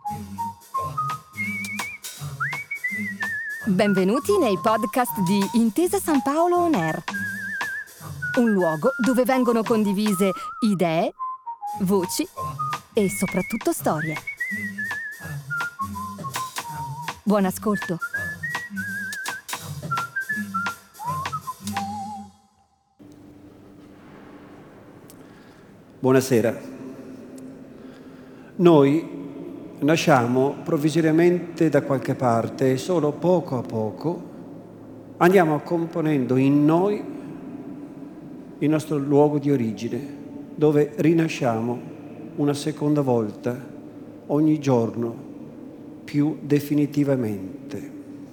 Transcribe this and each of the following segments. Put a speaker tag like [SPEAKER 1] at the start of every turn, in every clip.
[SPEAKER 1] Benvenuti nei podcast di Intesa San Paolo On Air, un luogo dove vengono condivise idee, voci e soprattutto storie. Buon ascolto.
[SPEAKER 2] Buonasera. Noi nasciamo provvisoriamente da qualche parte e solo poco a poco andiamo componendo in noi il nostro luogo di origine, dove rinasciamo una seconda volta ogni giorno più definitivamente.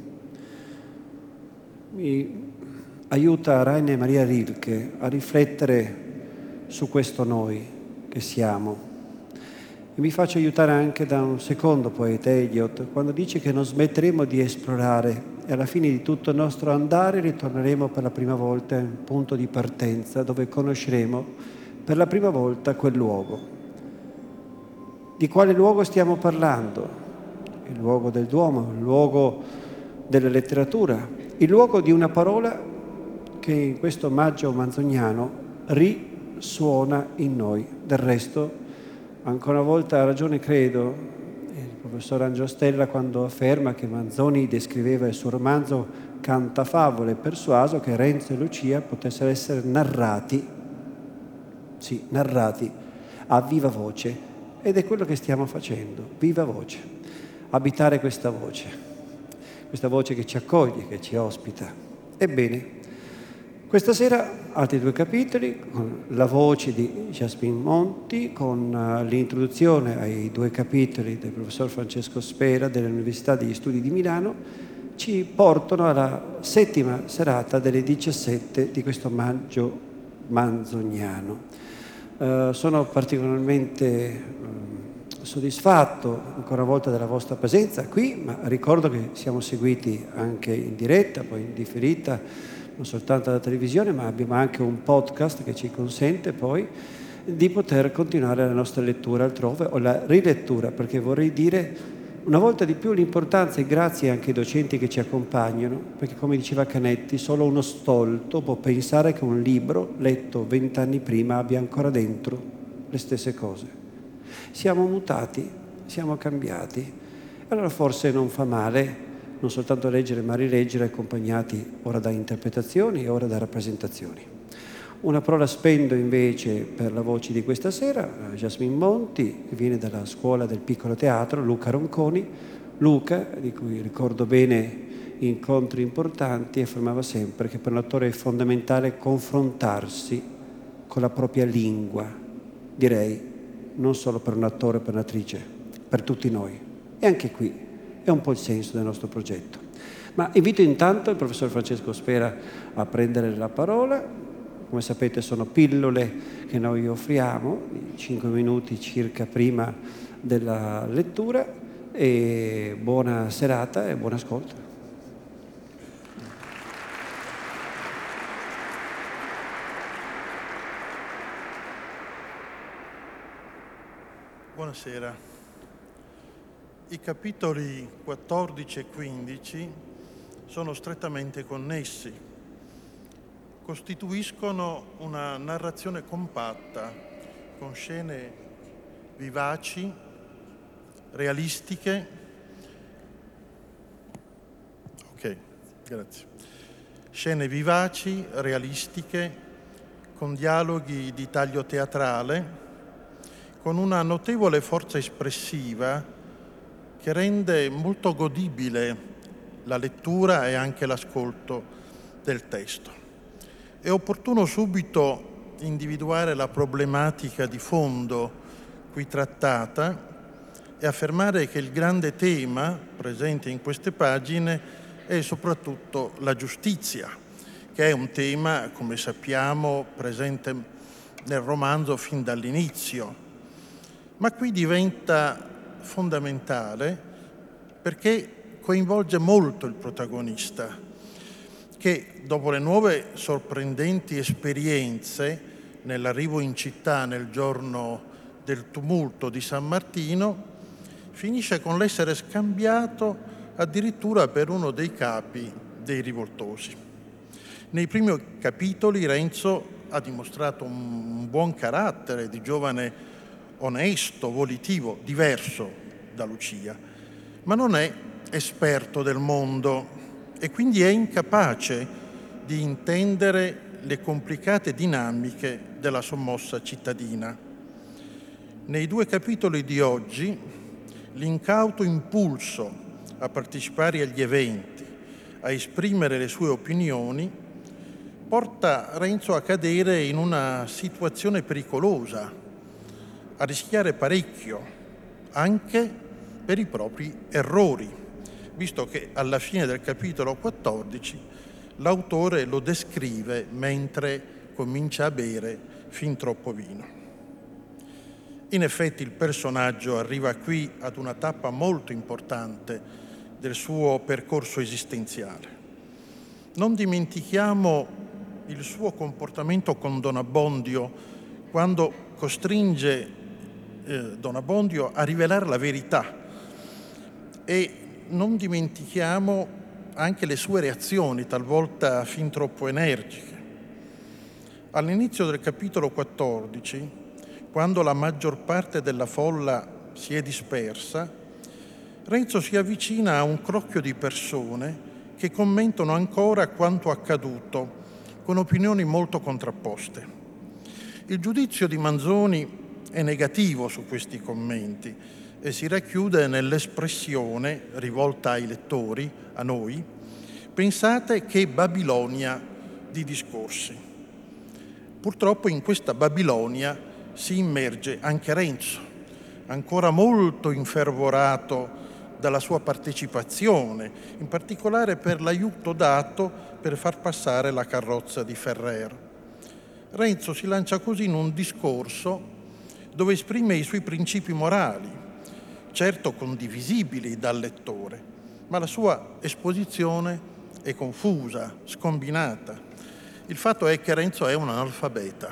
[SPEAKER 2] Mi aiuta Rainer Maria Rilke a riflettere su questo noi che siamo. E mi faccio aiutare anche da un secondo poeta, Eliot, quando dice che non smetteremo di esplorare e alla fine di tutto il nostro andare ritorneremo per la prima volta a un punto di partenza dove conosceremo per la prima volta quel luogo. Di quale luogo stiamo parlando? Il luogo del Duomo, il luogo della letteratura, il luogo di una parola che in questo maggio manzoniano risuona in noi. Del resto, ancora una volta ha ragione, credo, il professor Angiostella quando afferma che Manzoni descriveva il suo romanzo Cantafavole persuaso che Renzo e Lucia potessero essere narrati a viva voce. Ed è quello che stiamo facendo, viva voce. Abitare questa voce che ci accoglie, che ci ospita. Ebbene, questa sera altri due capitoli, con la voce di Jasmine Monti, con l'introduzione ai due capitoli del professor Francesco Spera dell'Università degli Studi di Milano, ci portano alla settima serata delle 17 di questo maggio manzoniano. Sono particolarmente soddisfatto ancora una volta della vostra presenza qui, ma ricordo che siamo seguiti anche in diretta, poi in differita, non soltanto alla televisione, ma abbiamo anche un podcast che ci consente poi di poter continuare la nostra lettura altrove o la rilettura, perché vorrei dire una volta di più l'importanza e grazie anche ai docenti che ci accompagnano, perché come diceva Canetti, solo uno stolto può pensare che un libro letto 20 anni prima abbia ancora dentro le stesse cose. Siamo mutati, siamo cambiati, allora forse non fa male non soltanto leggere ma rileggere, accompagnati ora da interpretazioni e ora da rappresentazioni. Una parola spendo invece per la voce di questa sera, Jasmine Monti, che viene dalla scuola del piccolo teatro, Luca Ronconi. Luca, di cui ricordo bene incontri importanti, affermava sempre che per un attore è fondamentale confrontarsi con la propria lingua, direi, non solo per un attore o per un'attrice, per tutti noi. E anche qui è un po' il senso del nostro progetto. Ma invito intanto il professor Francesco Spera a prendere la parola. Come sapete sono pillole che noi offriamo, 5 minuti circa prima della lettura, e buona serata e buon ascolto.
[SPEAKER 3] Buonasera. I capitoli 14 e 15 sono strettamente connessi, costituiscono una narrazione compatta con scene vivaci, realistiche. Scene vivaci, realistiche, con dialoghi di taglio teatrale, con una notevole forza espressiva che rende molto godibile la lettura e anche l'ascolto del testo. È opportuno subito individuare la problematica di fondo qui trattata e affermare che il grande tema presente in queste pagine è soprattutto la giustizia, che è un tema, come sappiamo, presente nel romanzo fin dall'inizio, ma qui diventa fondamentale perché coinvolge molto il protagonista, che dopo le nuove sorprendenti esperienze nell'arrivo in città nel giorno del tumulto di San Martino, finisce con l'essere scambiato addirittura per uno dei capi dei rivoltosi. Nei primi capitoli Renzo ha dimostrato un buon carattere di giovane onesto, volitivo, diverso da Lucia, ma non è esperto del mondo e quindi è incapace di intendere le complicate dinamiche della sommossa cittadina. Nei 2 capitoli di oggi, l'incauto impulso a partecipare agli eventi, a esprimere le sue opinioni, porta Renzo a cadere in una situazione pericolosa, a rischiare parecchio, anche per i propri errori, visto che alla fine del capitolo 14 l'autore lo descrive mentre comincia a bere fin troppo vino. In effetti il personaggio arriva qui ad una tappa molto importante del suo percorso esistenziale. Non dimentichiamo il suo comportamento con Don Abbondio quando costringe Don Abbondio a rivelare la verità, e non dimentichiamo anche le sue reazioni, talvolta fin troppo energiche. All'inizio del capitolo 14, quando la maggior parte della folla si è dispersa, Renzo si avvicina a un crocchio di persone che commentano ancora quanto accaduto, con opinioni molto contrapposte. Il giudizio di Manzoni è negativo su questi commenti e si racchiude nell'espressione rivolta ai lettori, a noi: pensate che Babilonia di discorsi. Purtroppo in questa Babilonia si immerge anche Renzo, ancora molto infervorato dalla sua partecipazione, in particolare per l'aiuto dato per far passare la carrozza di Ferrer. Renzo si lancia così in un discorso dove esprime i suoi principi morali, certo condivisibili dal lettore, ma la sua esposizione è confusa, scombinata. Il fatto è che Renzo è un analfabeta,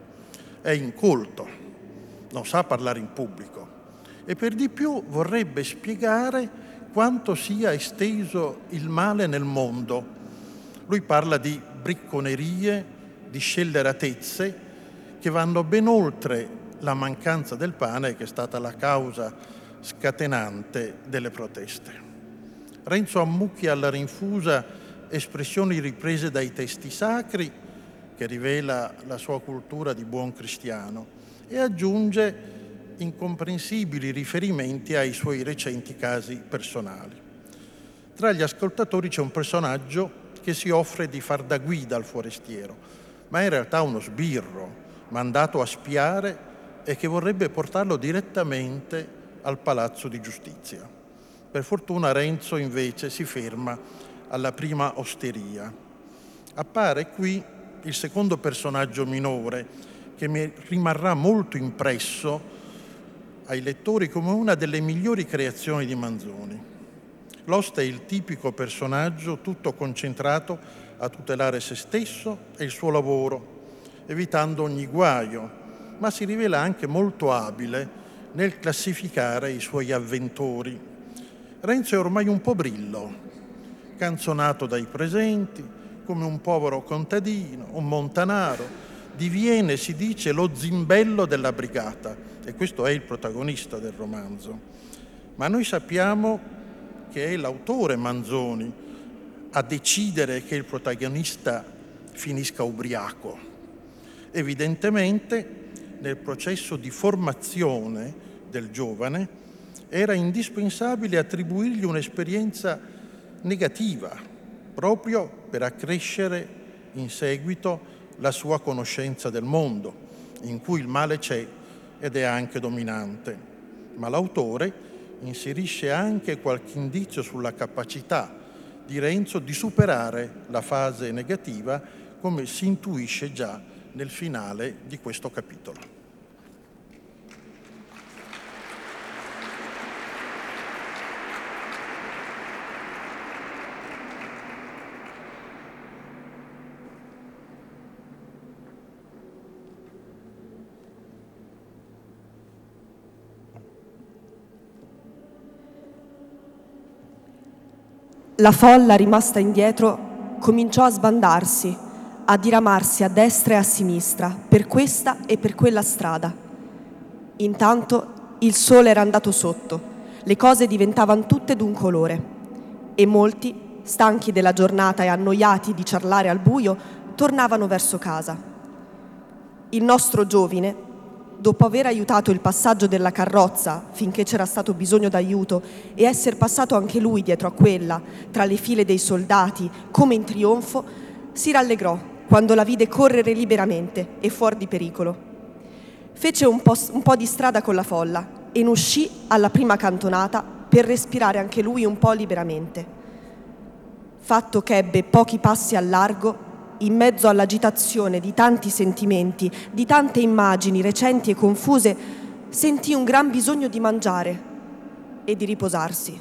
[SPEAKER 3] è incolto, non sa parlare in pubblico e per di più vorrebbe spiegare quanto sia esteso il male nel mondo. Lui parla di bricconerie, di scelleratezze che vanno ben oltre la mancanza del pane, che è stata la causa scatenante delle proteste. Renzo ammucchia alla rinfusa espressioni riprese dai testi sacri, che rivela la sua cultura di buon cristiano, e aggiunge incomprensibili riferimenti ai suoi recenti casi personali. Tra gli ascoltatori c'è un personaggio che si offre di far da guida al forestiero, ma è in realtà uno sbirro mandato a spiare e che vorrebbe portarlo direttamente al palazzo di giustizia. Per fortuna Renzo invece si ferma alla prima osteria. Appare qui il secondo personaggio minore, che mi rimarrà molto impresso ai lettori come una delle migliori creazioni di Manzoni. L'oste è il tipico personaggio tutto concentrato a tutelare se stesso e il suo lavoro, evitando ogni guaio, ma si rivela anche molto abile nel classificare i suoi avventori. Renzo è ormai un po' brillo, canzonato dai presenti, come un povero contadino, un montanaro. Diviene, si dice, lo zimbello della brigata, e questo è il protagonista del romanzo. Ma noi sappiamo che è l'autore Manzoni a decidere che il protagonista finisca ubriaco. Evidentemente, nel processo di formazione del giovane era indispensabile attribuirgli un'esperienza negativa, proprio per accrescere in seguito la sua conoscenza del mondo, in cui il male c'è ed è anche dominante. Ma l'autore inserisce anche qualche indizio sulla capacità di Renzo di superare la fase negativa, come si intuisce già nel finale di questo capitolo.
[SPEAKER 4] La folla, rimasta indietro, cominciò a sbandarsi, a diramarsi a destra e a sinistra, per questa e per quella strada. Intanto il sole era andato sotto, le cose diventavano tutte d'un colore e molti, stanchi della giornata e annoiati di ciarlare al buio, tornavano verso casa. Il nostro giovine, dopo aver aiutato il passaggio della carrozza finché c'era stato bisogno d'aiuto e essere passato anche lui dietro a quella, tra le file dei soldati, come in trionfo, si rallegrò quando la vide correre liberamente e fuori di pericolo. Fece un po' di strada con la folla e ne uscì alla prima cantonata per respirare anche lui un po' liberamente. Fatto che ebbe pochi passi al largo, in mezzo all'agitazione di tanti sentimenti, di tante immagini recenti e confuse, sentì un gran bisogno di mangiare e di riposarsi.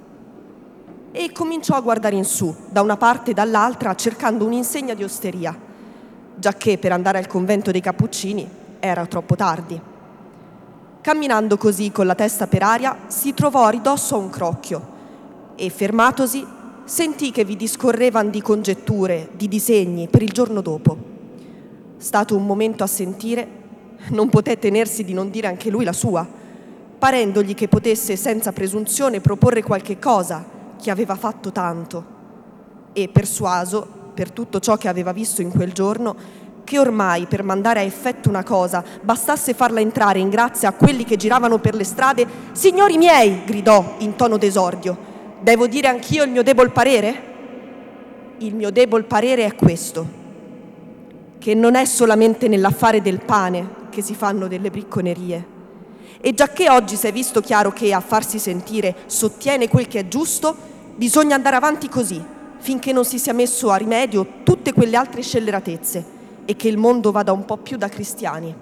[SPEAKER 4] E cominciò a guardare in su, da una parte e dall'altra, cercando un'insegna di osteria, giacché per andare al convento dei Cappuccini era troppo tardi. Camminando così con la testa per aria, si trovò a ridosso a un crocchio e, fermatosi, sentì che vi discorrevan di congetture, di disegni per il giorno dopo. Stato un momento a sentire, non poté tenersi di non dire anche lui la sua, parendogli che potesse senza presunzione proporre qualche cosa che aveva fatto tanto, e persuaso, per tutto ciò che aveva visto in quel giorno, che ormai per mandare a effetto una cosa bastasse farla entrare in grazia a quelli che giravano per le strade. «Signori miei!» gridò in tono d'esordio. «Devo dire anch'io il mio debol parere? Il mio debol parere è questo, che non è solamente nell'affare del pane che si fanno delle bricconerie. E giacché oggi si è visto chiaro che a farsi sentire sottiene quel che è giusto, bisogna andare avanti così, finché non si sia messo a rimedio tutte quelle altre scelleratezze e che il mondo vada un po' più da cristiani.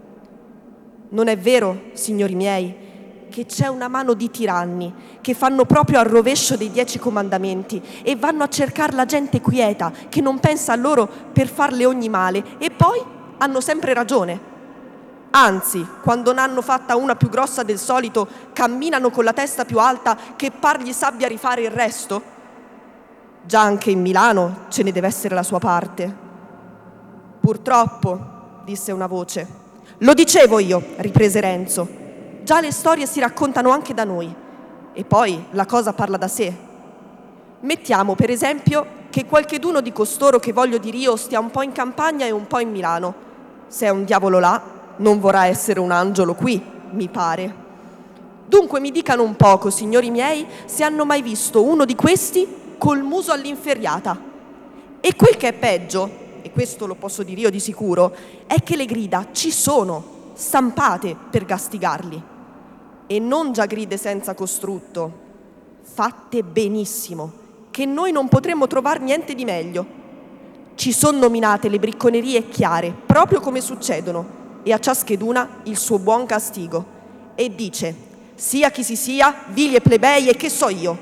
[SPEAKER 4] Non è vero, signori miei, che c'è una mano di tiranni che fanno proprio al rovescio dei 10 comandamenti e vanno a cercare la gente quieta che non pensa a loro per farle ogni male e poi hanno sempre ragione. Anzi, quando n'hanno fatta una più grossa del solito, camminano con la testa più alta che par gli sabbia rifare il resto? Già anche in Milano ce ne deve essere la sua parte». «Purtroppo», disse una voce. «Lo dicevo io», riprese Renzo. «Già le storie si raccontano anche da noi. E poi la cosa parla da sé. Mettiamo, per esempio, che qualcheduno di costoro che voglio dire io stia un po' in campagna e un po' in Milano. Se è un diavolo là, non vorrà essere un angelo qui, mi pare. Dunque mi dicano un poco, signori miei, se hanno mai visto uno di questi col muso all'inferriata. E quel che è peggio, e questo lo posso dire io di sicuro, è che le grida ci sono, stampate per gastigarli. E non già gride senza costrutto, fatte benissimo, che noi non potremmo trovare niente di meglio. Ci sono nominate le bricconerie chiare, proprio come succedono, e a ciascheduna il suo buon castigo. E dice, sia chi si sia, vili e plebei e che so io.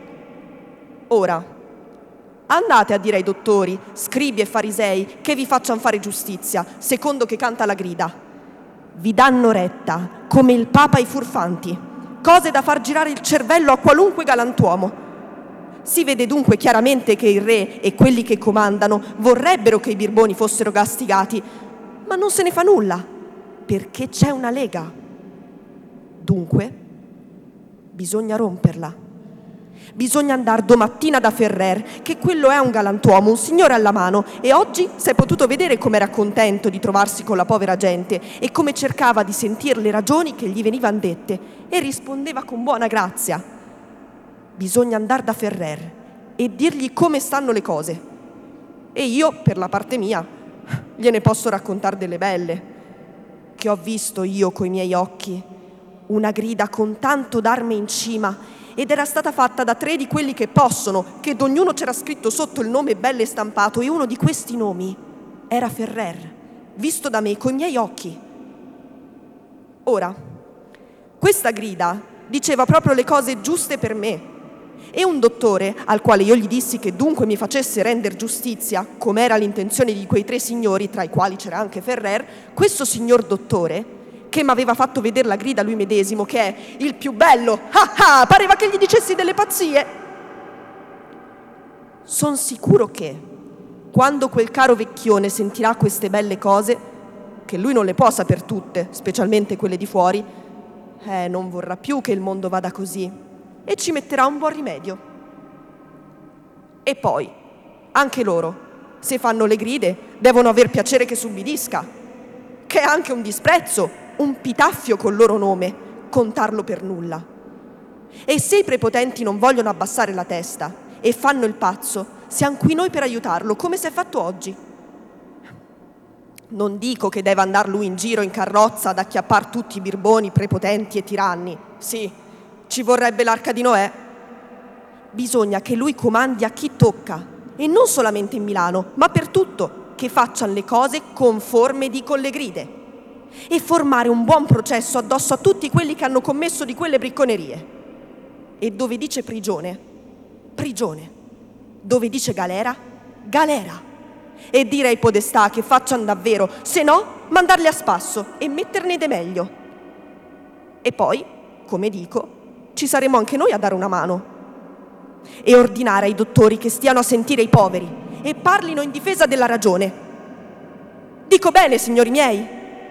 [SPEAKER 4] Ora, andate a dire ai dottori, scribi e farisei che vi facciano fare giustizia, secondo che canta la grida. Vi danno retta, come il Papa ai furfanti, cose da far girare il cervello a qualunque galantuomo. Si vede dunque chiaramente che il re e quelli che comandano vorrebbero che i birboni fossero castigati, ma non se ne fa nulla, perché c'è una lega. Dunque, bisogna romperla. Bisogna andare domattina da Ferrer, che quello è un galantuomo, un signore alla mano, e oggi si è potuto vedere come era contento di trovarsi con la povera gente e come cercava di sentire le ragioni che gli venivano dette e rispondeva con buona grazia. Bisogna andare da Ferrer e dirgli come stanno le cose. E io, per la parte mia, gliene posso raccontare delle belle, che ho visto io coi miei occhi, una grida con tanto d'arme in cima, ed era stata fatta da 3 di quelli che possono, che d'ognuno c'era scritto sotto il nome belle stampato, e uno di questi nomi era Ferrer, visto da me coi miei occhi. Ora, questa grida diceva proprio le cose giuste per me, e un dottore, al quale io gli dissi che dunque mi facesse render giustizia, come era l'intenzione di quei 3 signori, tra i quali c'era anche Ferrer, questo signor dottore, che mi aveva fatto vedere la grida lui medesimo, che è il più bello, pareva che gli dicessi delle pazzie. son sicuro che, quando quel caro vecchione sentirà queste belle cose, che lui non le può saper tutte, specialmente quelle di fuori, non vorrà più che il mondo vada così e ci metterà un buon rimedio. E poi, anche loro, se fanno le gride, devono aver piacere che s'ubbidisca, che è anche un disprezzo, un pitaffio col loro nome, contarlo per nulla. E se i prepotenti non vogliono abbassare la testa e fanno il pazzo, siamo qui noi per aiutarlo, come si è fatto oggi. Non dico che deve andar lui in giro in carrozza ad acchiappar tutti i birboni, prepotenti e tiranni. Sì, ci vorrebbe l'arca di Noè. Bisogna che lui comandi a chi tocca, e non solamente in Milano, ma per tutto, che facciano le cose conforme dicono le gride, e formare un buon processo addosso a tutti quelli che hanno commesso di quelle bricconerie. E dove dice prigione, prigione. Dove dice galera, galera. E dire ai podestà che facciano davvero, se no mandarli a spasso e metterne de meglio. E poi, come dico, ci saremo anche noi a dare una mano e ordinare ai dottori che stiano a sentire i poveri e parlino in difesa della ragione. Dico bene, signori miei?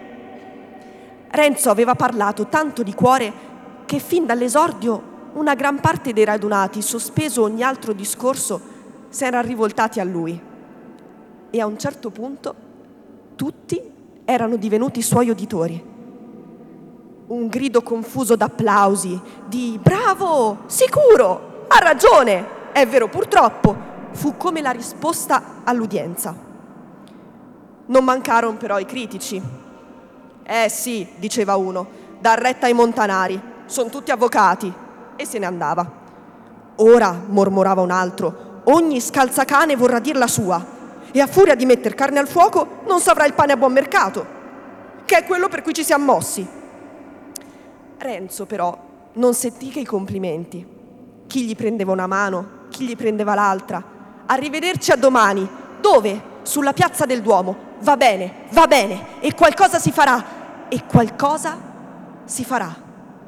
[SPEAKER 4] Renzo aveva parlato tanto di cuore che fin dall'esordio una gran parte dei radunati, sospeso ogni altro discorso, si erano rivoltati a lui. E a un certo punto tutti erano divenuti suoi uditori. Un grido confuso d'applausi, di «Bravo! Sicuro! Ha ragione! È vero purtroppo!» fu come la risposta all'udienza. Non mancarono però i critici. Sì», diceva uno, «dar retta ai montanari, sono tutti avvocati», e se ne andava. «Ora», mormorava un altro, «ogni scalzacane vorrà dir la sua, e a furia di metter carne al fuoco non s'avrà il pane a buon mercato, che è quello per cui ci siamo mossi». Renzo però non sentì che i complimenti. Chi gli prendeva una mano, chi gli prendeva l'altra. «Arrivederci a domani». Dove? Sulla piazza del Duomo. Va bene, e qualcosa si farà, e qualcosa si farà.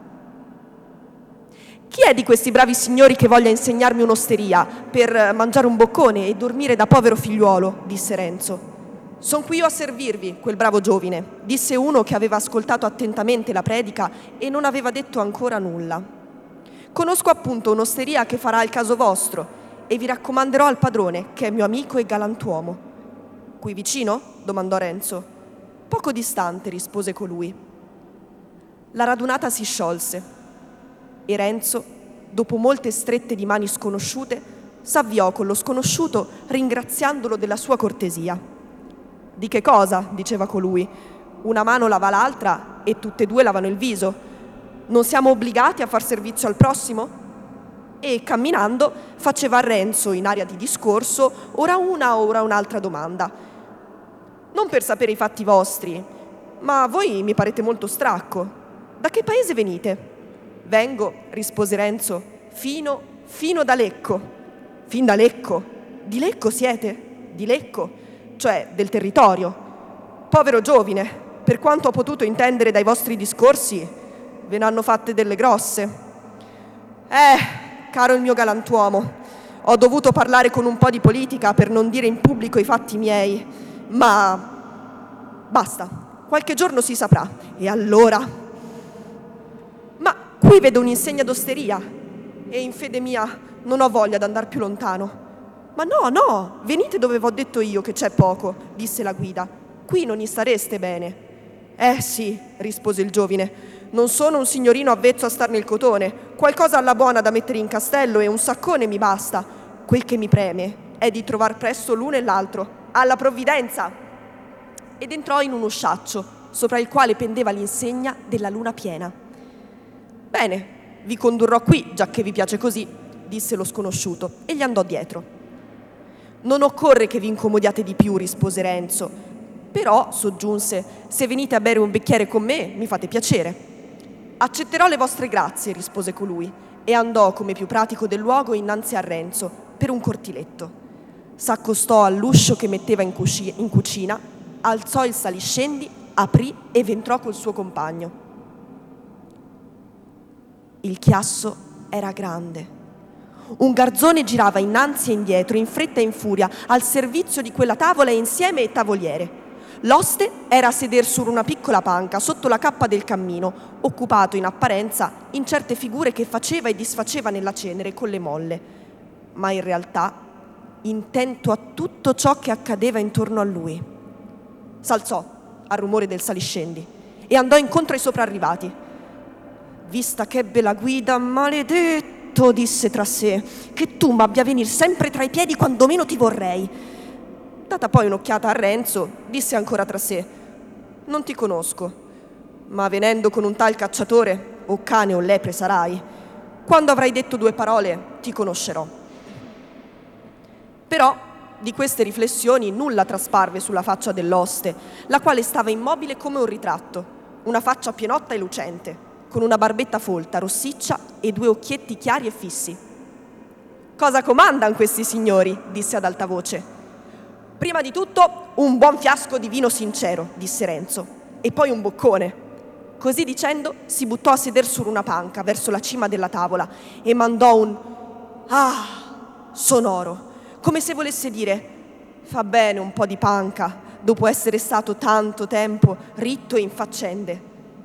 [SPEAKER 4] Chi è di questi bravi signori che voglia insegnarmi un'osteria per mangiare un boccone e dormire da povero figliuolo? Disse Renzo. «Son qui io a servirvi, quel bravo giovine», disse uno che aveva ascoltato attentamente la predica e non aveva detto ancora nulla. «Conosco appunto un'osteria che farà il caso vostro e vi raccomanderò al padrone, che è mio amico e galantuomo». «Qui vicino?» domandò Renzo. «Poco distante», rispose colui. La radunata si sciolse e Renzo, dopo molte strette di mani sconosciute, s'avviò con lo sconosciuto ringraziandolo della sua cortesia. «Di che cosa?» diceva colui. «Una mano lava l'altra e tutte e due lavano il viso. Non siamo obbligati a far servizio al prossimo?» E camminando faceva a Renzo, in aria di discorso, ora una, ora un'altra domanda. «Non per sapere i fatti vostri, ma voi mi parete molto stracco. Da che paese venite?» «Vengo», rispose Renzo, fino da Lecco». «Fin da Lecco? Di Lecco siete?» «Di Lecco, cioè del territorio». «Povero giovine, per quanto ho potuto intendere dai vostri discorsi, ve ne hanno fatte delle grosse». Caro il mio galantuomo, ho dovuto parlare con un po' di politica per non dire in pubblico i fatti miei, ma basta, qualche giorno si saprà, e allora... Ma qui vedo un'insegna d'osteria e in fede mia non ho voglia d'andar più lontano. «Ma no, venite dove v'ho detto io che c'è poco», disse la guida. «Qui non gli stareste bene». Sì», rispose il giovine, «non sono un signorino avvezzo a star nel cotone. Qualcosa alla buona da mettere in castello e un saccone mi basta. Quel che mi preme è di trovar presto l'uno e l'altro. Alla provvidenza!» Ed entrò in un usciaccio, sopra il quale pendeva l'insegna della luna piena. «Bene, vi condurrò qui, già che vi piace così», disse lo sconosciuto, e gli andò dietro. «Non occorre che vi incomodiate di più», rispose Renzo. «Però», soggiunse, «se venite a bere un bicchiere con me, mi fate piacere». «Accetterò le vostre grazie», rispose colui, e andò, come più pratico del luogo, innanzi a Renzo, per un cortiletto. S'accostò all'uscio che metteva in cucina, alzò il saliscendi, aprì ed entrò col suo compagno. Il chiasso era grande. Un garzone girava innanzi e indietro, in fretta e in furia, al servizio di quella tavola e insieme ai tavoliere. L'oste era a seder su una piccola panca sotto la cappa del cammino, occupato in apparenza in certe figure che faceva e disfaceva nella cenere con le molle, ma in realtà intento a tutto ciò che accadeva intorno a lui. S'alzò al rumore del saliscendi e andò incontro ai soprarrivati. «Vista ch'ebbe la guida, maledetto», disse tra sé, «che tu m'abbia venir sempre tra i piedi quando meno ti vorrei». Data poi un'occhiata a Renzo, disse ancora tra sé: «Non ti conosco, ma venendo con un tal cacciatore, o cane o lepre sarai. Quando avrai detto 2 parole, ti conoscerò». Però di queste riflessioni nulla trasparve sulla faccia dell'oste, la quale stava immobile come un ritratto, una faccia pienotta e lucente, con una barbetta folta, rossiccia e 2 occhietti chiari e fissi. «Cosa comandan questi signori?» disse ad alta voce. «Prima di tutto un buon fiasco di vino sincero», disse Renzo, «e poi un boccone». Così dicendo si buttò a seder su una panca verso la cima della tavola e mandò un «ah» sonoro, come se volesse dire: «Fa bene un po' di panca dopo essere stato tanto tempo ritto e in faccende».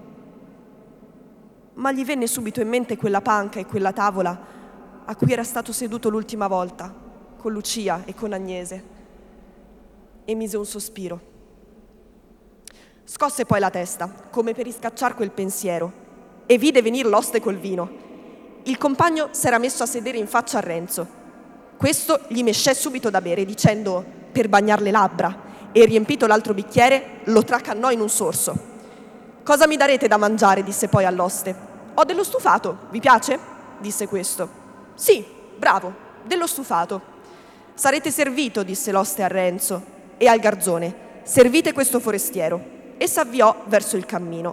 [SPEAKER 4] Ma gli venne subito in mente quella panca e quella tavola a cui era stato seduto l'ultima volta, con Lucia e con Agnese, e mise un sospiro. Scosse poi la testa, come per riscacciar quel pensiero, e vide venir l'oste col vino. Il compagno s'era messo a sedere in faccia a Renzo. Questo gli mescè subito da bere, dicendo, per bagnar le labbra, e riempito l'altro bicchiere, lo tracannò in un sorso. «Cosa mi darete da mangiare?» disse poi all'oste. «Ho dello stufato, vi piace?» disse questo. «Sì, bravo, dello stufato». «Sarete servito», disse l'oste a Renzo e al garzone. «Servite questo forestiero». E s'avviò verso il cammino.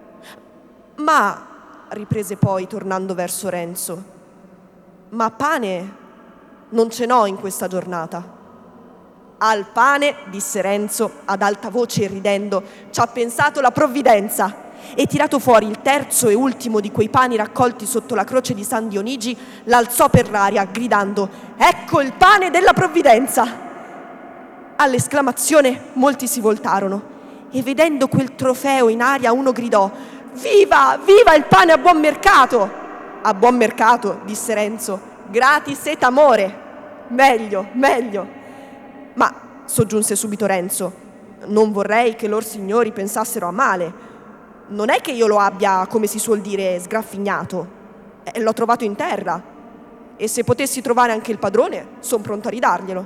[SPEAKER 4] «Ma», riprese poi tornando verso Renzo, «ma pane non ce n'ho in questa giornata». «Al pane», disse Renzo ad alta voce e ridendo, «ci ha pensato la provvidenza». E tirato fuori il terzo e ultimo di quei pani raccolti sotto la croce di San Dionigi, l'alzò per l'aria gridando: «Ecco il pane della provvidenza!». All'esclamazione molti si voltarono e vedendo quel trofeo in aria uno gridò: «Viva, viva il pane a buon mercato!». «A buon mercato», disse Renzo, «gratis et amore». «Meglio, meglio». «Ma», soggiunse subito Renzo, «non vorrei che lor signori pensassero a male. Non è che io lo abbia, come si suol dire, sgraffignato. L'ho trovato in terra. E se potessi trovare anche il padrone, son pronto a ridarglielo».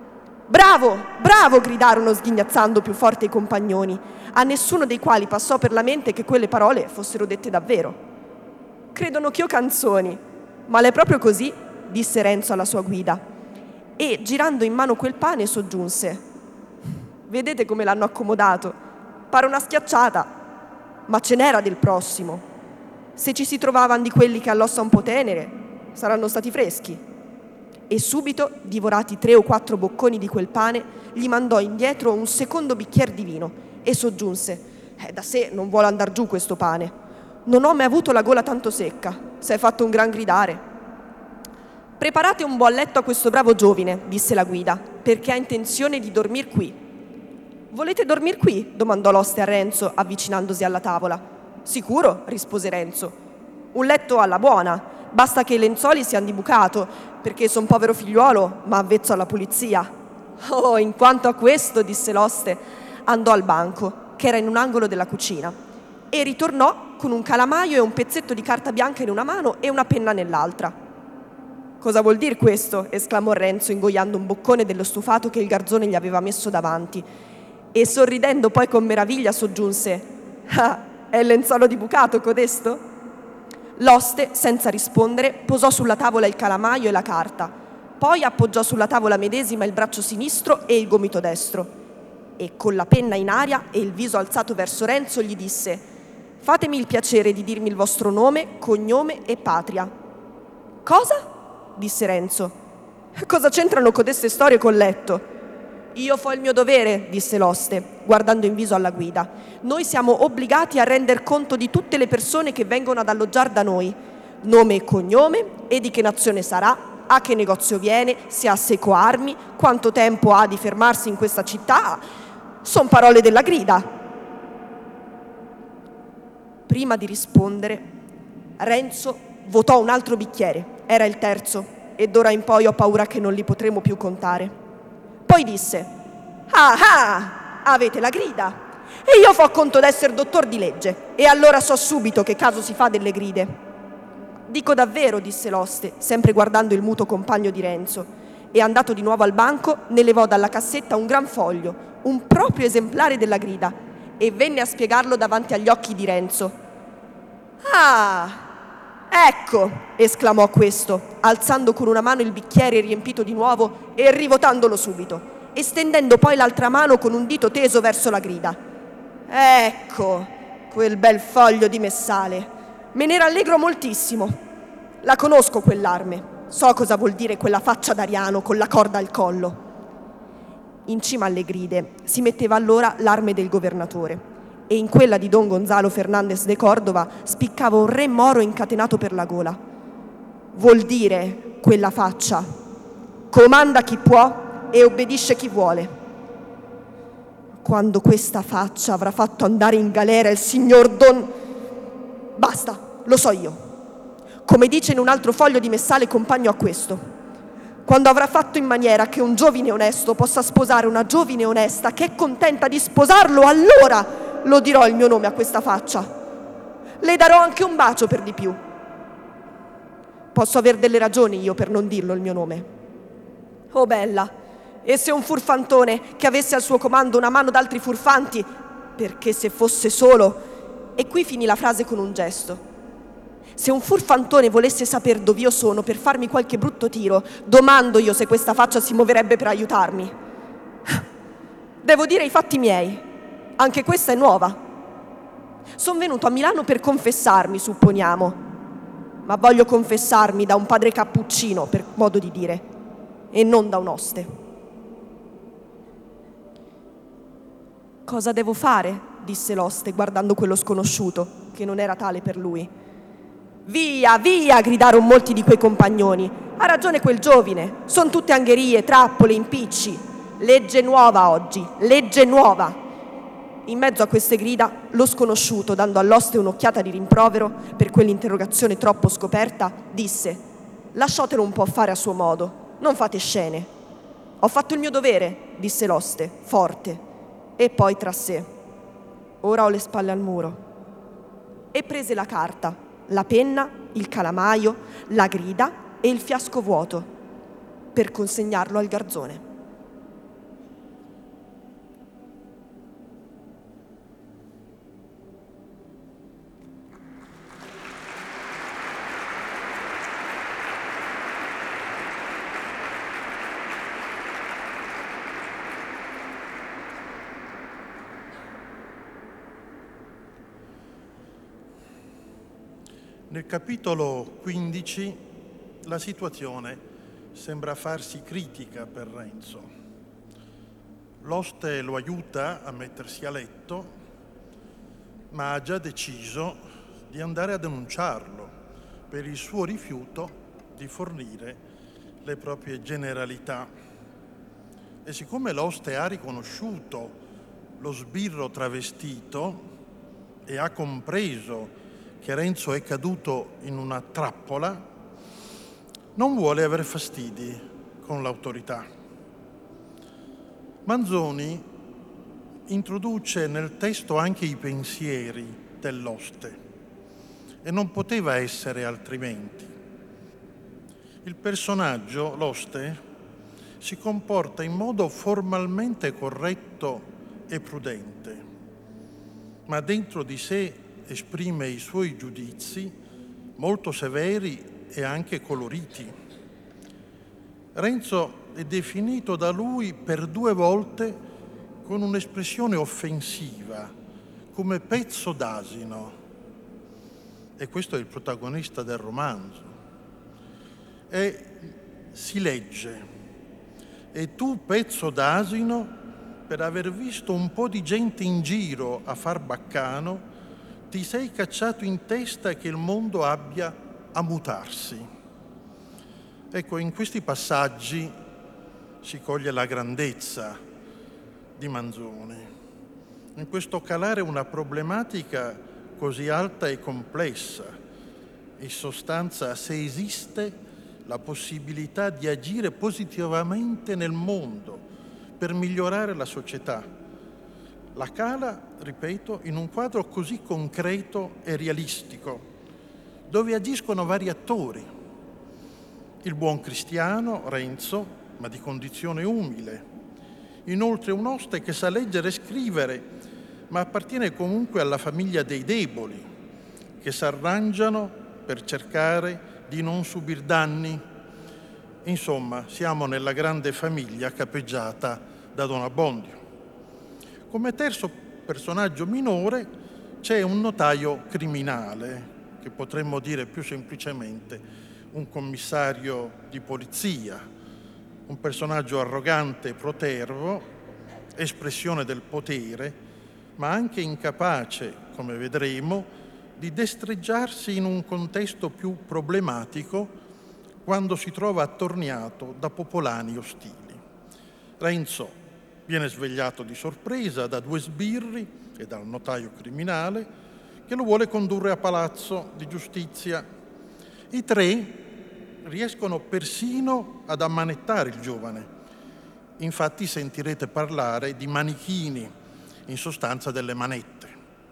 [SPEAKER 4] «Bravo, bravo!» gridarono sghignazzando più forte i compagnoni, a nessuno dei quali passò per la mente che quelle parole fossero dette davvero. «Credono ch'io canzoni, ma l'è proprio così», disse Renzo alla sua guida. E, girando in mano quel pane, soggiunse: «Vedete come l'hanno accomodato? Pare una schiacciata, ma ce n'era del prossimo. Se ci si trovavan di quelli che all'ossa un po' tenere, saranno stati freschi». E subito, divorati 3 o 4 bocconi di quel pane, gli mandò indietro un secondo bicchier di vino e soggiunse: «Da sé non vuole andar giù questo pane. Non ho mai avuto la gola tanto secca. S'è fatto un gran gridare». «Preparate un buon letto a questo bravo giovine», disse la guida, «perché ha intenzione di dormir qui». «Volete dormir qui?» domandò l'oste a Renzo, avvicinandosi alla tavola. «Sicuro?» rispose Renzo. «Un letto alla buona, basta che i lenzuoli siano di bucato, perché son povero figliuolo, ma avvezzo alla pulizia». «Oh, in quanto a questo», disse l'oste, andò al banco, che era in un angolo della cucina, e ritornò con un calamaio e un pezzetto di carta bianca in una mano e una penna nell'altra. «Cosa vuol dir questo?» esclamò Renzo, ingoiando un boccone dello stufato che il garzone gli aveva messo davanti, e sorridendo poi con meraviglia soggiunse: «Ah, è il lenzuolo di bucato codesto?» L'oste, senza rispondere, posò sulla tavola il calamaio e la carta, poi appoggiò sulla tavola medesima il braccio sinistro e il gomito destro, e con la penna in aria e il viso alzato verso Renzo gli disse: «Fatemi il piacere di dirmi il vostro nome, cognome e patria». «Cosa?» disse Renzo. «Cosa c'entrano codeste storie col letto?» «Io fo il mio dovere», disse l'oste, guardando in viso alla guida. «Noi siamo obbligati a render conto di tutte le persone che vengono ad alloggiar da noi, nome e cognome, e di che nazione sarà, a che negozio viene, se ha seco armi, quanto tempo ha di fermarsi in questa città. Son parole della grida. Prima di rispondere, Renzo votò un altro bicchiere. Era il terzo e d'ora in poi ho paura che non li potremo più contare. Poi disse: ah, avete la grida e io fo conto d'essere dottor di legge e allora so subito che caso si fa delle gride. Dico davvero, disse l'oste, sempre guardando il muto compagno di Renzo, e andato di nuovo al banco ne levò dalla cassetta un gran foglio, un proprio esemplare della grida, e venne a spiegarlo davanti agli occhi di Renzo. Ah, ecco, esclamò questo, alzando con una mano il bicchiere riempito di nuovo e rivotandolo subito, e stendendo poi l'altra mano con un dito teso verso la grida. Ecco, quel bel foglio di messale. Me ne rallegro moltissimo. La conosco quell'arme. So cosa vuol dire quella faccia d'ariano con la corda al collo. In cima alle gride si metteva allora l'arme del governatore e in quella di Don Gonzalo Fernandez de Cordova spiccava un re moro incatenato per la gola. Vuol dire quella faccia: comanda chi può e obbedisce chi vuole. Quando questa faccia avrà fatto andare in galera il signor Don... Basta, lo so io. Come dice in un altro foglio di messale compagno a questo: quando avrà fatto in maniera che un giovine onesto possa sposare una giovine onesta che è contenta di sposarlo, allora lo dirò il mio nome a questa faccia. Le darò anche un bacio per di più. Posso aver delle ragioni io per non dirlo il mio nome. Oh bella, e se un furfantone che avesse al suo comando una mano d'altri furfanti, perché se fosse solo... E qui finì la frase con un gesto. Se un furfantone volesse saper dov'io sono per farmi qualche brutto tiro, domando io se questa faccia si muoverebbe per aiutarmi. Devo dire i fatti miei. Anche questa è nuova. Sono venuto a Milano per confessarmi, supponiamo. Ma voglio confessarmi da un padre cappuccino, per modo di dire, e non da un oste. Cosa devo fare? Disse l'oste, guardando quello sconosciuto, che non era tale per lui. Via, via, gridarono molti di quei compagnoni. Ha ragione quel giovine, son tutte angherie, trappole, impicci. Legge nuova oggi, legge nuova. In mezzo a queste grida, lo sconosciuto, dando all'oste un'occhiata di rimprovero per quell'interrogazione troppo scoperta, disse: lasciatelo un po' fare a suo modo, non fate scene. Ho fatto il mio dovere, disse l'oste, forte, e poi tra sé: ora ho le spalle al muro. E prese la carta, la penna, il calamaio, la grida e il fiasco vuoto per consegnarlo al garzone.
[SPEAKER 3] Nel capitolo 15 la situazione sembra farsi critica per Renzo. L'oste lo aiuta a mettersi a letto, ma ha già deciso di andare a denunciarlo per il suo rifiuto di fornire le proprie generalità. E siccome l'oste ha riconosciuto lo sbirro travestito e ha compreso che Renzo è caduto in una trappola, non vuole avere fastidi con l'autorità. Manzoni introduce nel testo anche i pensieri dell'oste e non poteva essere altrimenti. Il personaggio, l'oste, si comporta in modo formalmente corretto e prudente, ma dentro di sé esprime i suoi giudizi molto severi e anche coloriti. Renzo è definito da lui per 2 volte con un'espressione offensiva, come pezzo d'asino. E questo è il protagonista del romanzo. E si legge: e tu, pezzo d'asino, per aver visto un po' di gente in giro a far baccano, ti sei cacciato in testa che il mondo abbia a mutarsi. Ecco, in questi passaggi si coglie la grandezza di Manzoni. In questo calare una problematica così alta e complessa, in sostanza se esiste la possibilità di agire positivamente nel mondo per migliorare la società. La cala, ripeto, in un quadro così concreto e realistico, dove agiscono vari attori. Il buon cristiano, Renzo, ma di condizione umile. Inoltre un oste che sa leggere e scrivere, ma appartiene comunque alla famiglia dei deboli, che si arrangiano per cercare di non subir danni. Insomma, siamo nella grande famiglia capeggiata da Don Abbondio. Come terzo personaggio minore c'è un notaio criminale, che potremmo dire più semplicemente un commissario di polizia, un personaggio arrogante e protervo, espressione del potere, ma anche incapace, come vedremo, di destreggiarsi in un contesto più problematico quando si trova attorniato da popolani ostili. Renzo viene svegliato di sorpresa da due sbirri e dal notaio criminale che lo vuole condurre a palazzo di giustizia. I tre riescono persino ad ammanettare il giovane. Infatti sentirete parlare di manichini, in sostanza delle manette.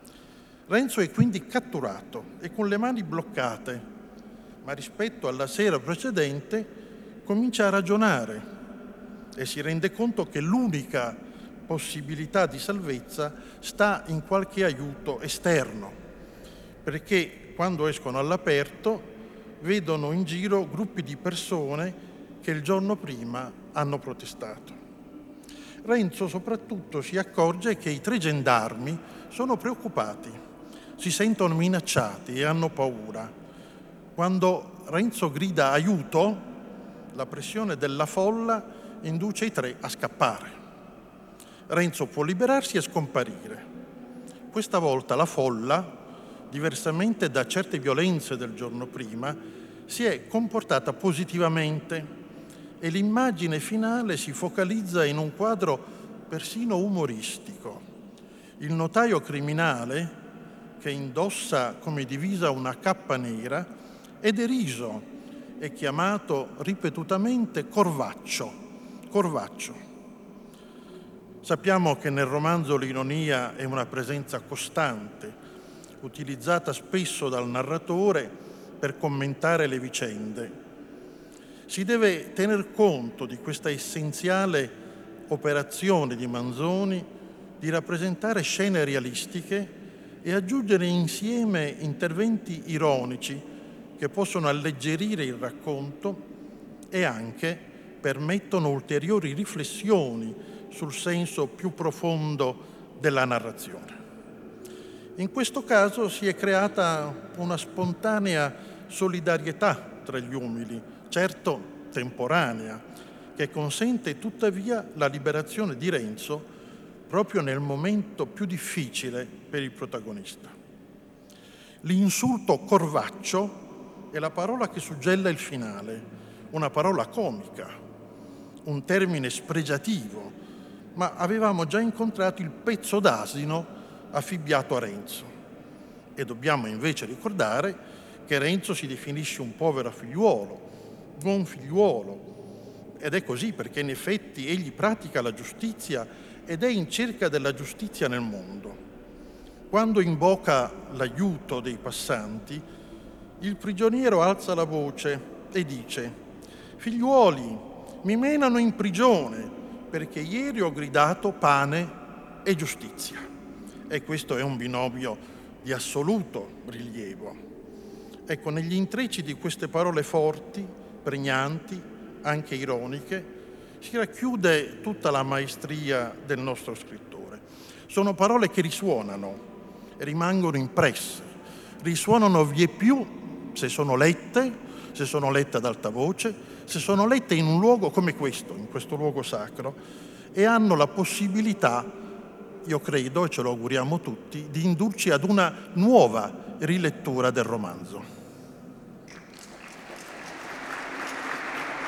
[SPEAKER 3] Renzo è quindi catturato e con le mani bloccate, ma rispetto alla sera precedente comincia a ragionare e si rende conto che l'unica possibilità di salvezza sta in qualche aiuto esterno, perché quando escono all'aperto vedono in giro gruppi di persone che il giorno prima hanno protestato. Renzo soprattutto si accorge che i tre gendarmi sono preoccupati, si sentono minacciati e hanno paura. Quando Renzo grida aiuto, la pressione della folla induce i tre a scappare. Renzo può liberarsi e scomparire. Questa volta la folla, diversamente da certe violenze del giorno prima, si è comportata positivamente e l'immagine finale si focalizza in un quadro persino umoristico. Il notaio criminale, che indossa come divisa una cappa nera, è deriso e chiamato ripetutamente Corvaccio. Corvaccio. Sappiamo che nel romanzo l'ironia è una presenza costante, utilizzata spesso dal narratore per commentare le vicende. Si deve tener conto di questa essenziale operazione di Manzoni di rappresentare scene realistiche e aggiungere insieme interventi ironici che possono alleggerire il racconto e anche permettono ulteriori riflessioni sul senso più profondo della narrazione. In questo caso si è creata una spontanea solidarietà tra gli umili, certo temporanea, che consente tuttavia la liberazione di Renzo proprio nel momento più difficile per il protagonista. L'insulto Corvaccio è la parola che suggella il finale, una parola comica, un termine spregiativo, ma avevamo già incontrato il pezzo d'asino affibbiato a Renzo. E dobbiamo invece ricordare che Renzo si definisce un povero figliuolo, buon figliuolo, ed è così perché in effetti egli pratica la giustizia ed è in cerca della giustizia nel mondo. Quando invoca l'aiuto dei passanti, il prigioniero alza la voce e dice: «Figliuoli, mi menano in prigione perché ieri ho gridato pane e giustizia». E questo è un binomio di assoluto rilievo. Ecco, negli intrecci di queste parole forti, pregnanti, anche ironiche, si racchiude tutta la maestria del nostro scrittore. Sono parole che risuonano e rimangono impresse, risuonano vieppiù se sono lette ad alta voce, se sono lette in un luogo come questo, in questo luogo sacro, e hanno la possibilità, io credo, e ce lo auguriamo tutti, di indurci ad una nuova rilettura del romanzo.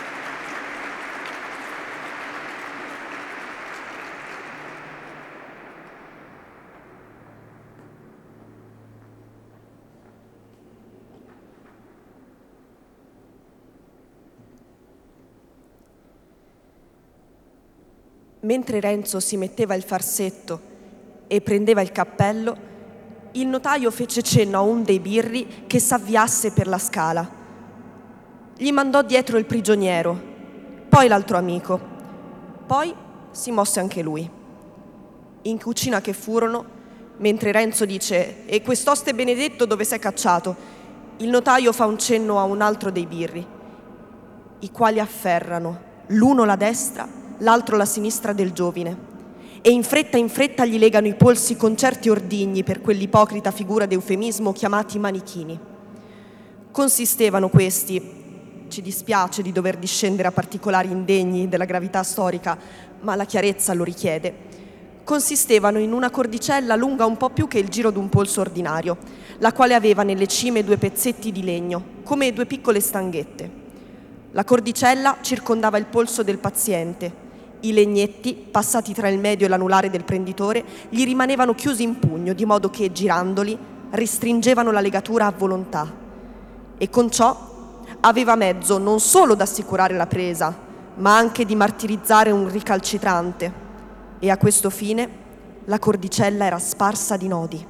[SPEAKER 4] Mentre Renzo si metteva il farsetto e prendeva il cappello, il notaio fece cenno a un dei birri che s'avviasse per la scala. Gli mandò dietro il prigioniero, poi l'altro amico. Poi si mosse anche lui. In cucina che furono, mentre Renzo dice «E quest'oste benedetto dove s'è cacciato?», il notaio fa un cenno a un altro dei birri, i quali afferrano, l'uno la destra, l'altro la sinistra del giovine, e in fretta gli legano i polsi con certi ordigni per quell'ipocrita figura d'eufemismo chiamati manichini. Consistevano questi, ci dispiace di dover discendere a particolari indegni della gravità storica, ma la chiarezza lo richiede, consistevano in una cordicella lunga un po' più che il giro d'un polso ordinario, la quale aveva nelle cime 2 pezzetti di legno, come 2 piccole stanghette. La cordicella circondava il polso del paziente. I legnetti, passati tra il medio e l'anulare del prenditore, gli rimanevano chiusi in pugno, di modo che, girandoli, restringevano la legatura a volontà. E con ciò aveva mezzo non solo d'assicurare la presa, ma anche di martirizzare un ricalcitrante. E a questo fine la cordicella era sparsa di nodi.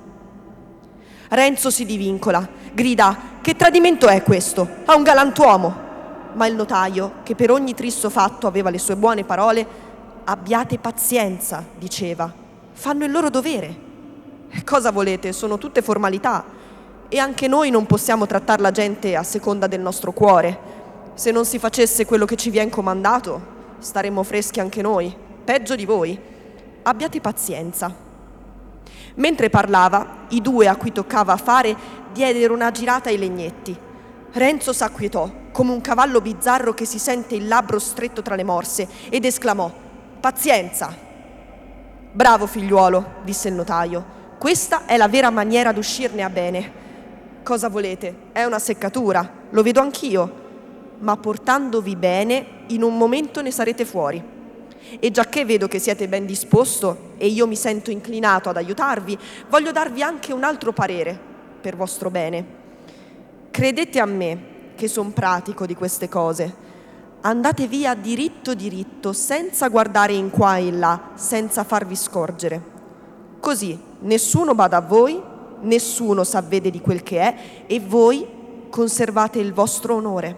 [SPEAKER 4] Renzo si divincola, grida «Che tradimento è questo? A un galantuomo!» Ma il notaio, che per ogni tristo fatto aveva le sue buone parole, «Abbiate pazienza», diceva, «fanno il loro dovere». «Cosa volete? Sono tutte formalità. E anche noi non possiamo trattare la gente a seconda del nostro cuore. Se non si facesse quello che ci viene comandato, staremmo freschi anche noi, peggio di voi. Abbiate pazienza». Mentre parlava, i 2 a cui toccava fare diedero una girata ai legnetti. Renzo s'acquietò, come un cavallo bizzarro che si sente il labbro stretto tra le morse, ed esclamò «Pazienza!». «Bravo figliuolo», disse il notaio, «questa è la vera maniera d'uscirne a bene. Cosa volete? È una seccatura, lo vedo anch'io, ma portandovi bene, in un momento ne sarete fuori. E giacché vedo che siete ben disposto e io mi sento inclinato ad aiutarvi, voglio darvi anche un altro parere per vostro bene. Credete a me, che son pratico di queste cose. Andate via diritto, senza guardare in qua e in là, senza farvi scorgere. Così nessuno bada a voi, nessuno s'avvede di quel che è, e voi conservate il vostro onore.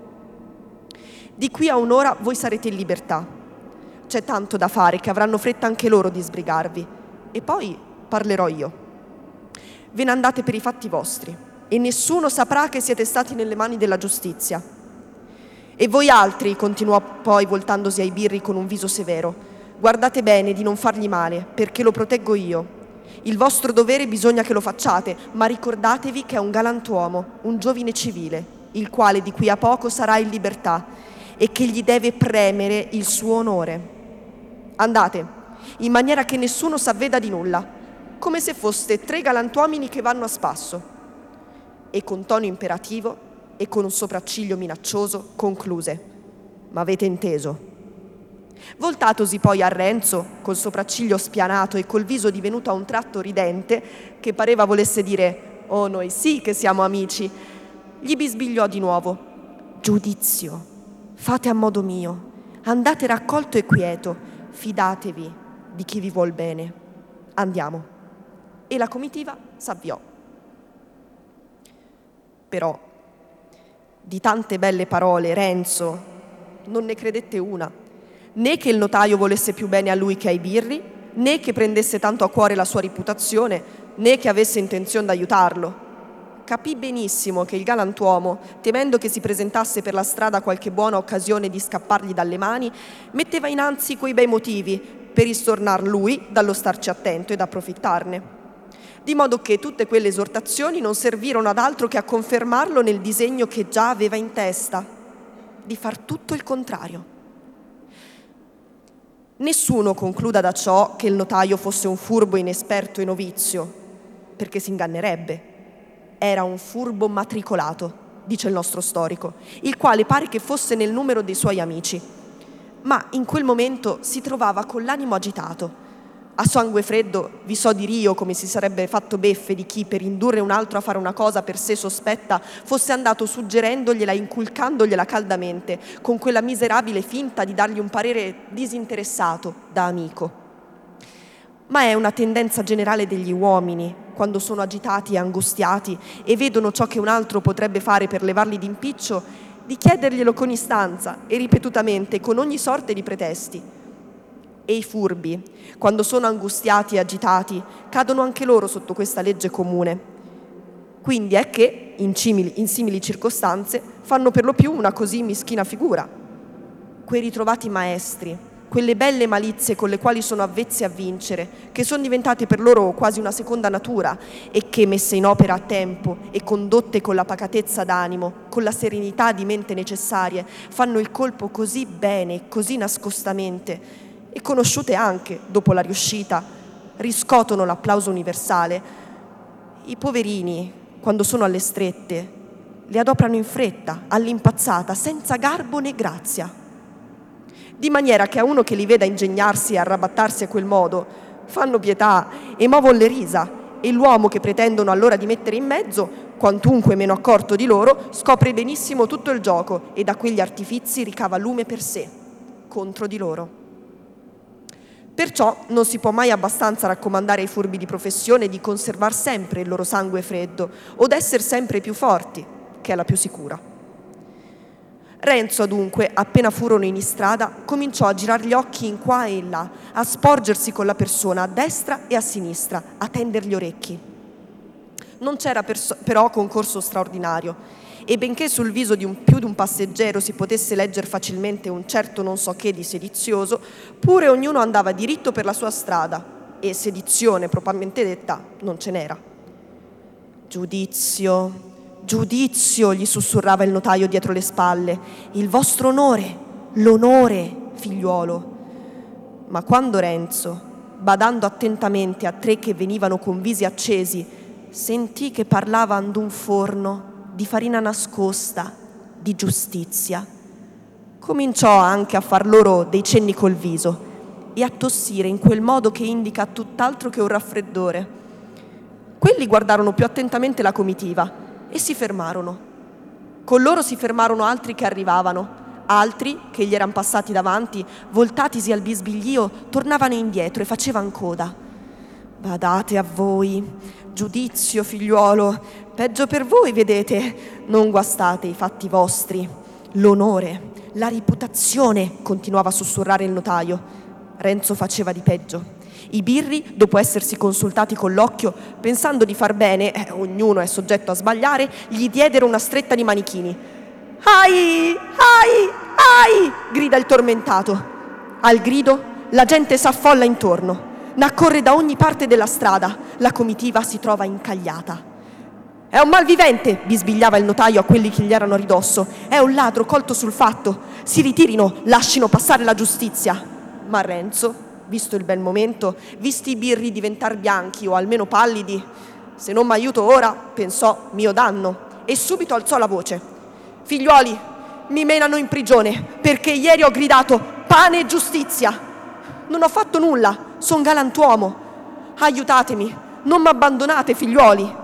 [SPEAKER 4] Di qui a un'ora voi sarete in libertà. C'è tanto da fare che avranno fretta anche loro di sbrigarvi. E poi parlerò io. Ve ne andate per i fatti vostri, e nessuno saprà che siete stati nelle mani della giustizia. E voi altri, continuò poi voltandosi ai birri con un viso severo, guardate bene di non fargli male, perché lo proteggo io. Il vostro dovere bisogna che lo facciate, ma ricordatevi che è un galantuomo, un giovine civile, il quale di qui a poco sarà in libertà, e che gli deve premere il suo onore. Andate, in maniera che nessuno s'avveda di nulla, come se foste 3 galantuomini che vanno a spasso». E con tono imperativo e con un sopracciglio minaccioso concluse: «Ma avete inteso?» Voltatosi poi a Renzo, col sopracciglio spianato e col viso divenuto a un tratto ridente, che pareva volesse dire «Oh, noi sì che siamo amici», gli bisbigliò di nuovo: «Giudizio, fate a modo mio, andate raccolto e quieto, fidatevi di chi vi vuol bene. Andiamo». E la comitiva s'avviò. Però di tante belle parole Renzo non ne credette una, né che il notaio volesse più bene a lui che ai birri, né che prendesse tanto a cuore la sua reputazione, né che avesse intenzione d'aiutarlo. Capì benissimo che il galantuomo, temendo che si presentasse per la strada qualche buona occasione di scappargli dalle mani, metteva innanzi quei bei motivi per istornar lui dallo starci attento ed approfittarne. Di modo che tutte quelle esortazioni non servirono ad altro che a confermarlo nel disegno che già aveva in testa, di far tutto il contrario. Nessuno concluda da ciò che il notaio fosse un furbo inesperto e novizio, perché si ingannerebbe. Era un furbo matricolato, dice il nostro storico, il quale pare che fosse nel numero dei suoi amici. Ma in quel momento si trovava con l'animo agitato. A sangue freddo vi so dir io come si sarebbe fatto beffe di chi, per indurre un altro a fare una cosa per sé sospetta, fosse andato suggerendogliela, inculcandogliela caldamente, con quella miserabile finta di dargli un parere disinteressato da amico. Ma è una tendenza generale degli uomini, quando sono agitati e angustiati e vedono ciò che un altro potrebbe fare per levarli d'impiccio, di chiederglielo con istanza e ripetutamente, con ogni sorte di pretesti. E i furbi, quando sono angustiati e agitati, cadono anche loro sotto questa legge comune. Quindi è che, in simili circostanze, fanno per lo più una così mischina figura. Quei ritrovati maestri, quelle belle malizie con le quali sono avvezzi a vincere, che sono diventate per loro quasi una seconda natura e che, messe in opera a tempo e condotte con la pacatezza d'animo, con la serenità di mente necessarie, fanno il colpo così bene, così nascostamente, e conosciute anche, dopo la riuscita, riscotono l'applauso universale. I poverini, quando sono alle strette, li adoprano in fretta, all'impazzata, senza garbo né grazia. Di maniera che a uno che li veda ingegnarsi e arrabattarsi a quel modo, fanno pietà e muovon le risa, e l'uomo che pretendono allora di mettere in mezzo, quantunque meno accorto di loro, scopre benissimo tutto il gioco e da quegli artifizi ricava lume per sé, contro di loro. Perciò non si può mai abbastanza raccomandare ai furbi di professione di conservar sempre il loro sangue freddo o d'essere sempre più forti, che è la più sicura. Renzo, adunque, appena furono in istrada, cominciò a girar gli occhi in qua e in là, a sporgersi con la persona a destra e a sinistra, a tender gli orecchi. Non c'era però concorso straordinario, e benché sul viso di più di un passeggero si potesse leggere facilmente un certo non so che di sedizioso, pure ognuno andava diritto per la sua strada, e sedizione propriamente detta non ce n'era. Giudizio, giudizio, gli sussurrava il notaio dietro le spalle, il vostro onore, l'onore, figliuolo. Ma quando Renzo, badando attentamente a tre che venivano con visi accesi, sentì che parlavan d'un forno, di farina nascosta, di giustizia, cominciò anche a far loro dei cenni col viso e a tossire in quel modo che indica tutt'altro che un raffreddore. Quelli guardarono più attentamente la comitiva e si fermarono. Con loro si fermarono altri che arrivavano, altri che gli eran passati davanti, voltatisi al bisbiglio, tornavano indietro e facevan coda. Badate a voi, giudizio, figliuolo, peggio per voi, vedete, non guastate i fatti vostri. L'onore, la reputazione, continuava a sussurrare il notaio. Renzo faceva di peggio. I birri, dopo essersi consultati con l'occhio, pensando di far bene, ognuno è soggetto a sbagliare, gli diedero una stretta di manichini. Ai, ai, ai, grida il tormentato. Al grido la gente s'affolla intorno. N'accorre da ogni parte della strada, la comitiva si trova incagliata. È un malvivente, bisbigliava il notaio a quelli che gli erano a ridosso. È un ladro colto sul fatto. Si ritirino, lascino passare la giustizia. Ma Renzo, visto il bel momento, visti i birri diventar bianchi o almeno pallidi, se non m'aiuto ora, pensò, mio danno, e subito alzò la voce. Figliuoli, mi menano in prigione perché ieri ho gridato pane e giustizia. Non ho fatto nulla, son galantuomo. Aiutatemi, non m'abbandonate, figliuoli.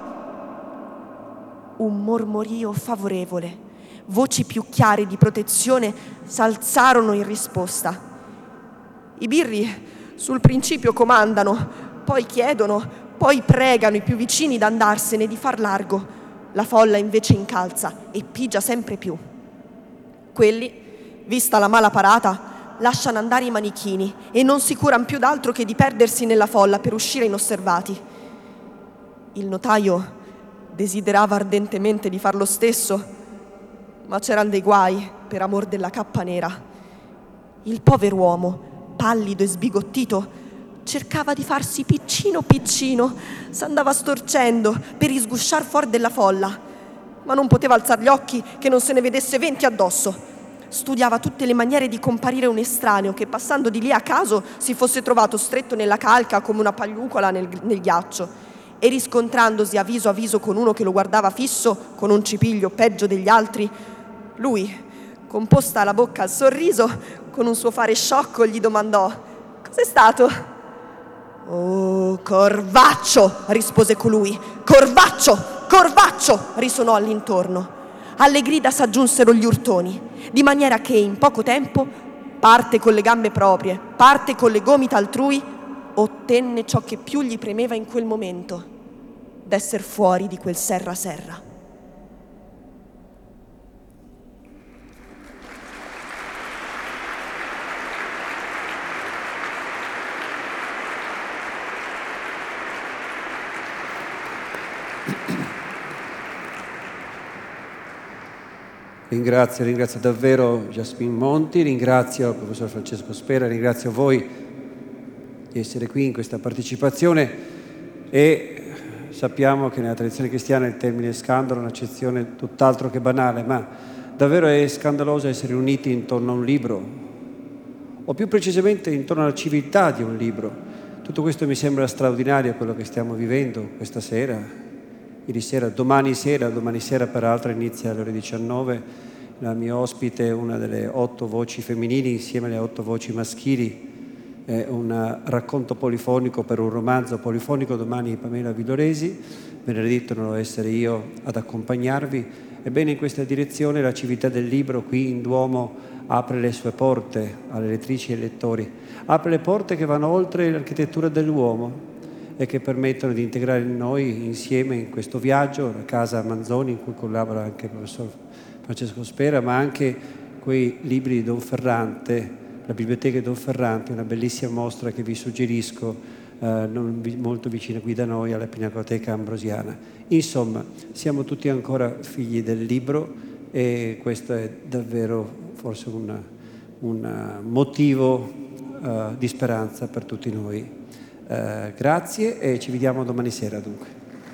[SPEAKER 4] Un mormorio favorevole, voci più chiare di protezione s'alzarono in risposta. I birri sul principio comandano, poi chiedono, poi pregano i più vicini d'andarsene, di far largo. La folla invece incalza e pigia sempre più. Quelli, vista la mala parata, lasciano andare i manichini e non si curan più d'altro che di perdersi nella folla per uscire inosservati. Il notaio desiderava ardentemente di far lo stesso, ma c'eran dei guai per amor della cappa nera. Il pover'uomo, pallido e sbigottito, cercava di farsi piccino piccino, s'andava storcendo per isgusciar fuori della folla, ma non poteva alzar gli occhi che non se ne vedesse 20 addosso. Studiava tutte le maniere di comparire un estraneo che, passando di lì a caso, si fosse trovato stretto nella calca come una pagliucola nel ghiaccio, e riscontrandosi a viso con uno che lo guardava fisso con un cipiglio peggio degli altri, lui, composta la bocca al sorriso, con un suo fare sciocco gli domandò: «Cos'è stato?» «Oh, Corvaccio!» rispose colui. «Corvaccio! Corvaccio!» risuonò all'intorno. Alle grida s'aggiunsero gli urtoni, di maniera che in poco tempo, parte con le gambe proprie, parte con le gomita altrui, ottenne ciò che più gli premeva in quel momento, d'esser fuori di quel serra serra.
[SPEAKER 2] Ringrazio davvero Jasmine Monti, ringrazio il professor Francesco Spera, ringrazio voi di essere qui in questa partecipazione e sappiamo che nella tradizione cristiana il termine scandalo è un'accezione tutt'altro che banale, ma davvero è scandaloso essere uniti intorno a un libro, o più precisamente intorno alla civiltà di un libro. Tutto questo mi sembra straordinario, quello che stiamo vivendo questa sera. Ieri sera, domani sera peraltro inizia alle ore 19, la mia ospite è una delle 8 voci femminili insieme alle 8 voci maschili, è un racconto polifonico per un romanzo polifonico, domani Pamela Villoresi, benedetto non essere io ad accompagnarvi. Ebbene, in questa direzione la civiltà del libro qui in Duomo apre le sue porte alle lettrici e ai lettori, apre le porte che vanno oltre l'architettura dell'uomo e che permettono di integrare noi insieme in questo viaggio, la Casa Manzoni in cui collabora anche il professor Francesco Spera, ma anche quei libri di Don Ferrante, la biblioteca di Don Ferrante, una bellissima mostra che vi suggerisco, molto vicina qui da noi alla Pinacoteca Ambrosiana. Insomma, siamo tutti ancora figli del libro e questo è davvero forse un motivo di speranza per tutti noi. Grazie e ci vediamo domani sera dunque.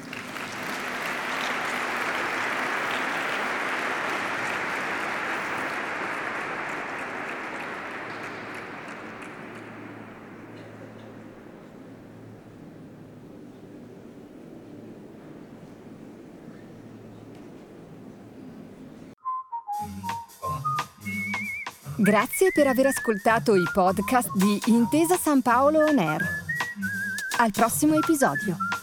[SPEAKER 1] Grazie per aver ascoltato i podcast di Intesa San Paolo On Air. Al prossimo episodio.